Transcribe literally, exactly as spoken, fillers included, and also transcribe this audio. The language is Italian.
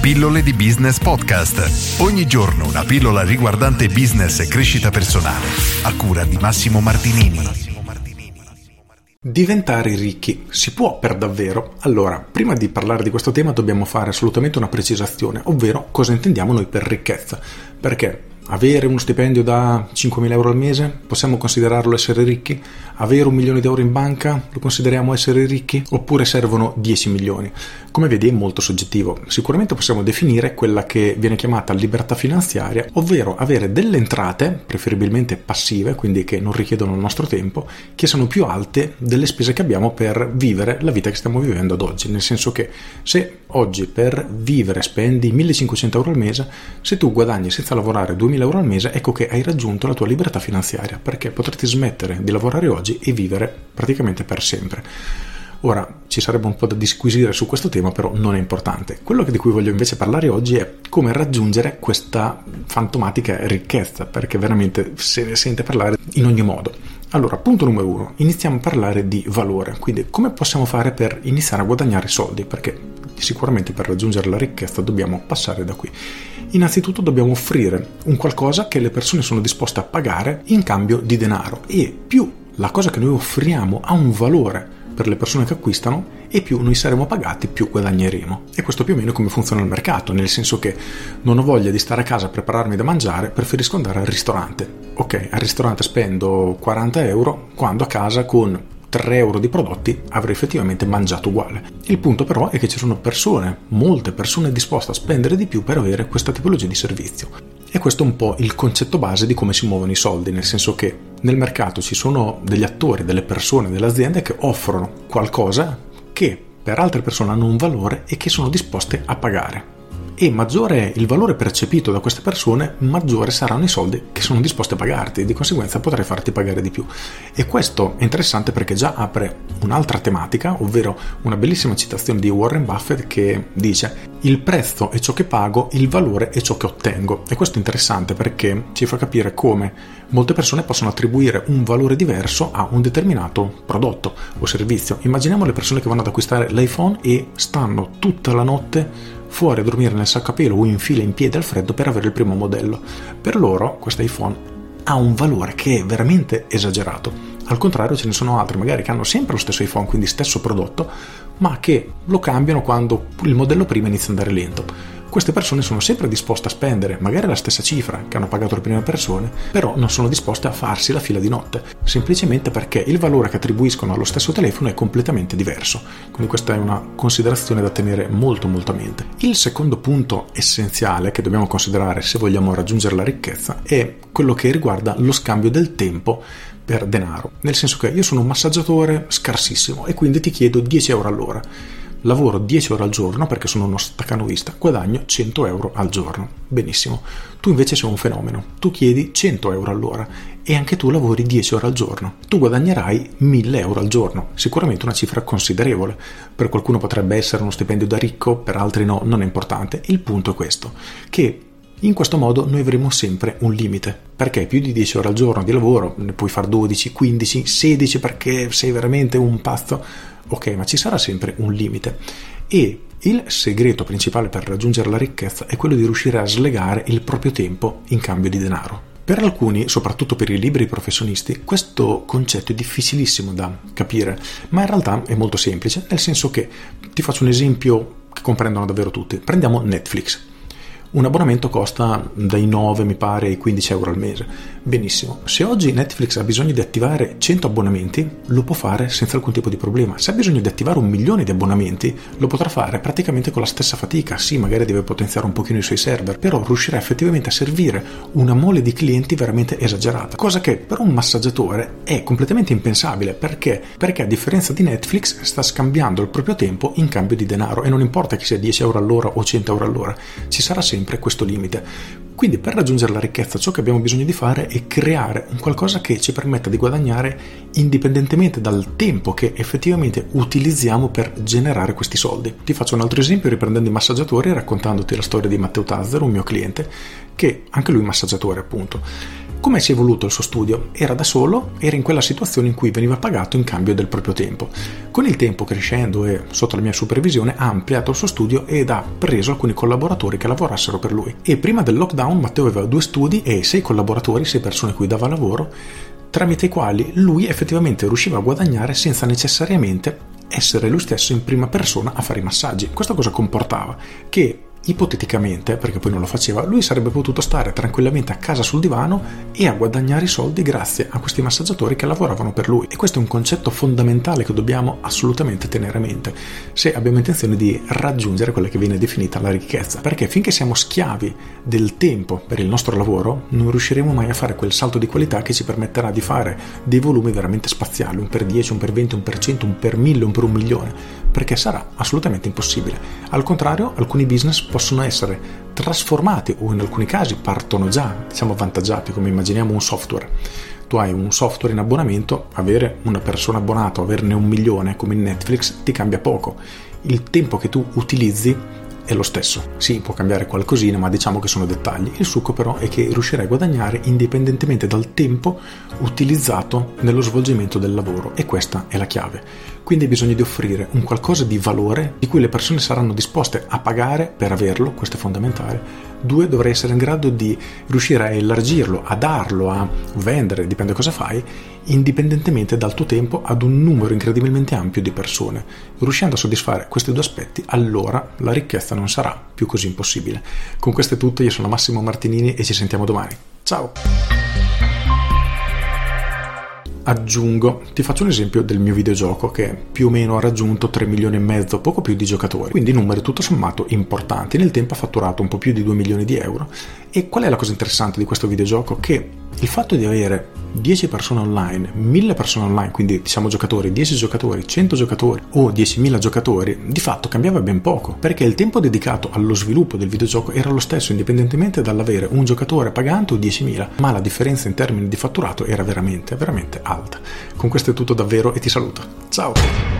Pillole di Business Podcast. Ogni giorno una pillola riguardante business e crescita personale. A cura di Massimo Martinini. Diventare ricchi si può per davvero? Allora, prima di parlare di questo tema dobbiamo fare assolutamente una precisazione, ovvero cosa intendiamo noi per ricchezza. Perché avere uno stipendio da cinquemila euro al mese possiamo considerarlo essere ricchi? Avere un milione di euro in banca lo consideriamo essere ricchi? Oppure servono dieci milioni? Come vedi è molto soggettivo. Sicuramente possiamo definire quella che viene chiamata libertà finanziaria, ovvero avere delle entrate, preferibilmente passive, quindi che non richiedono il nostro tempo, che sono più alte delle spese che abbiamo per vivere la vita che stiamo vivendo ad oggi. Nel senso che se oggi per vivere spendi millecinquecento euro al mese, se tu guadagni senza lavorare duemila euro al mese, ecco che hai raggiunto la tua libertà finanziaria, perché potresti smettere di lavorare oggi e vivere praticamente per sempre. Ora, ci sarebbe un po' da disquisire su questo tema, però non è importante. Quello di cui voglio invece parlare oggi è come raggiungere questa fantomatica ricchezza, perché veramente se ne sente parlare in ogni modo. Allora, punto numero uno, iniziamo a parlare di valore, quindi come possiamo fare per iniziare a guadagnare soldi, perché sicuramente per raggiungere la ricchezza dobbiamo passare da qui. Innanzitutto dobbiamo offrire un qualcosa che le persone sono disposte a pagare in cambio di denaro, e più la cosa che noi offriamo ha un valore per le persone che acquistano e più noi saremo pagati, più guadagneremo. E questo più o meno è come funziona il mercato, nel senso che non ho voglia di stare a casa a prepararmi da mangiare, preferisco andare al ristorante. Ok, al ristorante spendo quaranta euro, quando a casa con tre euro di prodotti avrei effettivamente mangiato uguale. Il punto però è che ci sono persone, molte persone disposte a spendere di più per avere questa tipologia di servizio. E questo è un po' il concetto base di come si muovono i soldi, nel senso che nel mercato ci sono degli attori, delle persone, delle aziende che offrono qualcosa che per altre persone hanno un valore e che sono disposte a pagare. E maggiore è il valore percepito da queste persone, maggiore saranno i soldi che sono disposti a pagarti, e di conseguenza potrai farti pagare di più. E questo è interessante perché già apre un'altra tematica, ovvero una bellissima citazione di Warren Buffett che dice: il prezzo è ciò che pago, il valore è ciò che ottengo. E questo è interessante perché ci fa capire come molte persone possono attribuire un valore diverso a un determinato prodotto o servizio. Immaginiamo le persone che vanno ad acquistare l'iPhone e stanno tutta la notte fuori a dormire nel sacco a pelo o in fila in piedi al freddo per avere il primo modello. Per loro questo iPhone ha un valore che è veramente esagerato. Al contrario ce ne sono altri magari che hanno sempre lo stesso iPhone, quindi stesso prodotto, ma che lo cambiano quando il modello prima inizia ad andare lento. Queste persone sono sempre disposte a spendere magari la stessa cifra che hanno pagato le prime persone, però non sono disposte a farsi la fila di notte, semplicemente perché il valore che attribuiscono allo stesso telefono è completamente diverso. Quindi questa è una considerazione da tenere molto molto a mente. Il secondo punto essenziale che dobbiamo considerare se vogliamo raggiungere la ricchezza è quello che riguarda lo scambio del tempo per denaro, nel senso che io sono un massaggiatore scarsissimo e quindi ti chiedo dieci euro all'ora. Lavoro dieci ore al giorno perché sono uno staccanovista, guadagno cento euro al giorno. Benissimo. Tu invece sei un fenomeno, tu chiedi cento euro all'ora e anche tu lavori dieci ore al giorno. Tu guadagnerai mille euro al giorno, sicuramente una cifra considerevole. Per qualcuno potrebbe essere uno stipendio da ricco, per altri no, non è importante. Il punto è questo, che in questo modo noi avremo sempre un limite, perché più di dieci ore al giorno di lavoro, ne puoi fare dodici, quindici, sedici perché sei veramente un pazzo. Ok, ma ci sarà sempre un limite, e il segreto principale per raggiungere la ricchezza è quello di riuscire a slegare il proprio tempo in cambio di denaro. Per alcuni, soprattutto per i liberi professionisti, questo concetto è difficilissimo da capire, ma in realtà è molto semplice, nel senso che ti faccio un esempio che comprendono davvero tutti. Prendiamo Netflix. Un abbonamento costa dai nove, mi pare, ai quindici euro al mese. Benissimo. Se oggi Netflix ha bisogno di attivare cento abbonamenti, lo può fare senza alcun tipo di problema. Se ha bisogno di attivare un milione di abbonamenti, lo potrà fare praticamente con la stessa fatica. Sì, magari deve potenziare un pochino i suoi server, però riuscirà effettivamente a servire una mole di clienti veramente esagerata. Cosa che per un massaggiatore è completamente impensabile. Perché? Perché a differenza di Netflix sta scambiando il proprio tempo in cambio di denaro, e non importa che sia dieci euro all'ora o cento euro all'ora, ci sarà sempre questo limite. Quindi per raggiungere la ricchezza ciò che abbiamo bisogno di fare è creare un qualcosa che ci permetta di guadagnare indipendentemente dal tempo che effettivamente utilizziamo per generare questi soldi. Ti faccio un altro esempio riprendendo i massaggiatori e raccontandoti la storia di Matteo Tazzaro, un mio cliente, che anche lui è massaggiatore appunto. Come si è evoluto il suo studio? Era da solo, era in quella situazione in cui veniva pagato in cambio del proprio tempo. Con il tempo, crescendo e sotto la mia supervisione, ha ampliato il suo studio ed ha preso alcuni collaboratori che lavorassero per lui. E prima del lockdown Matteo aveva due studi e sei collaboratori, sei persone a cui dava lavoro, tramite i quali lui effettivamente riusciva a guadagnare senza necessariamente essere lui stesso in prima persona a fare i massaggi. Questo cosa comportava? Che ipoteticamente, perché poi non lo faceva, lui sarebbe potuto stare tranquillamente a casa sul divano e a guadagnare i soldi grazie a questi massaggiatori che lavoravano per lui. E questo è un concetto fondamentale che dobbiamo assolutamente tenere a mente se abbiamo intenzione di raggiungere quella che viene definita la ricchezza, perché finché siamo schiavi del tempo per il nostro lavoro non riusciremo mai a fare quel salto di qualità che ci permetterà di fare dei volumi veramente spaziali, un per dieci, un per venti, un per cento, un per mille, un per un milione, perché sarà assolutamente impossibile. Al contrario, alcuni business possono essere trasformati o in alcuni casi partono già, diciamo, avvantaggiati, come immaginiamo un software. Tu hai un software in abbonamento, avere una persona abbonata o averne un milione come in Netflix ti cambia poco. Il tempo che tu utilizzi è lo stesso. Sì, può cambiare qualcosina, ma diciamo che sono dettagli. Il succo però è che riuscirai a guadagnare indipendentemente dal tempo utilizzato nello svolgimento del lavoro, e questa è la chiave. Quindi hai bisogno di offrire un qualcosa di valore di cui le persone saranno disposte a pagare per averlo, questo è fondamentale. Due, dovrai essere in grado di riuscire a elargirlo, a darlo, a vendere, dipende cosa fai, indipendentemente dal tuo tempo ad un numero incredibilmente ampio di persone. Riuscendo a soddisfare questi due aspetti, allora la ricchezza non sarà più così impossibile. Con questo è tutto, io sono Massimo Martinini e ci sentiamo domani. Ciao! Aggiungo, ti faccio un esempio del mio videogioco che più o meno ha raggiunto tre milioni e mezzo, poco più di giocatori, quindi numeri tutto sommato importanti. Nel tempo ha fatturato un po' più di due milioni di euro. E qual è la cosa interessante di questo videogioco? Che il fatto di avere dieci persone online, mille persone online, quindi diciamo giocatori, dieci giocatori, cento giocatori o diecimila giocatori, di fatto cambiava ben poco, perché il tempo dedicato allo sviluppo del videogioco era lo stesso indipendentemente dall'avere un giocatore pagante o diecimila, ma la differenza in termini di fatturato era veramente, veramente alta. Con questo è tutto davvero e ti saluto. Ciao!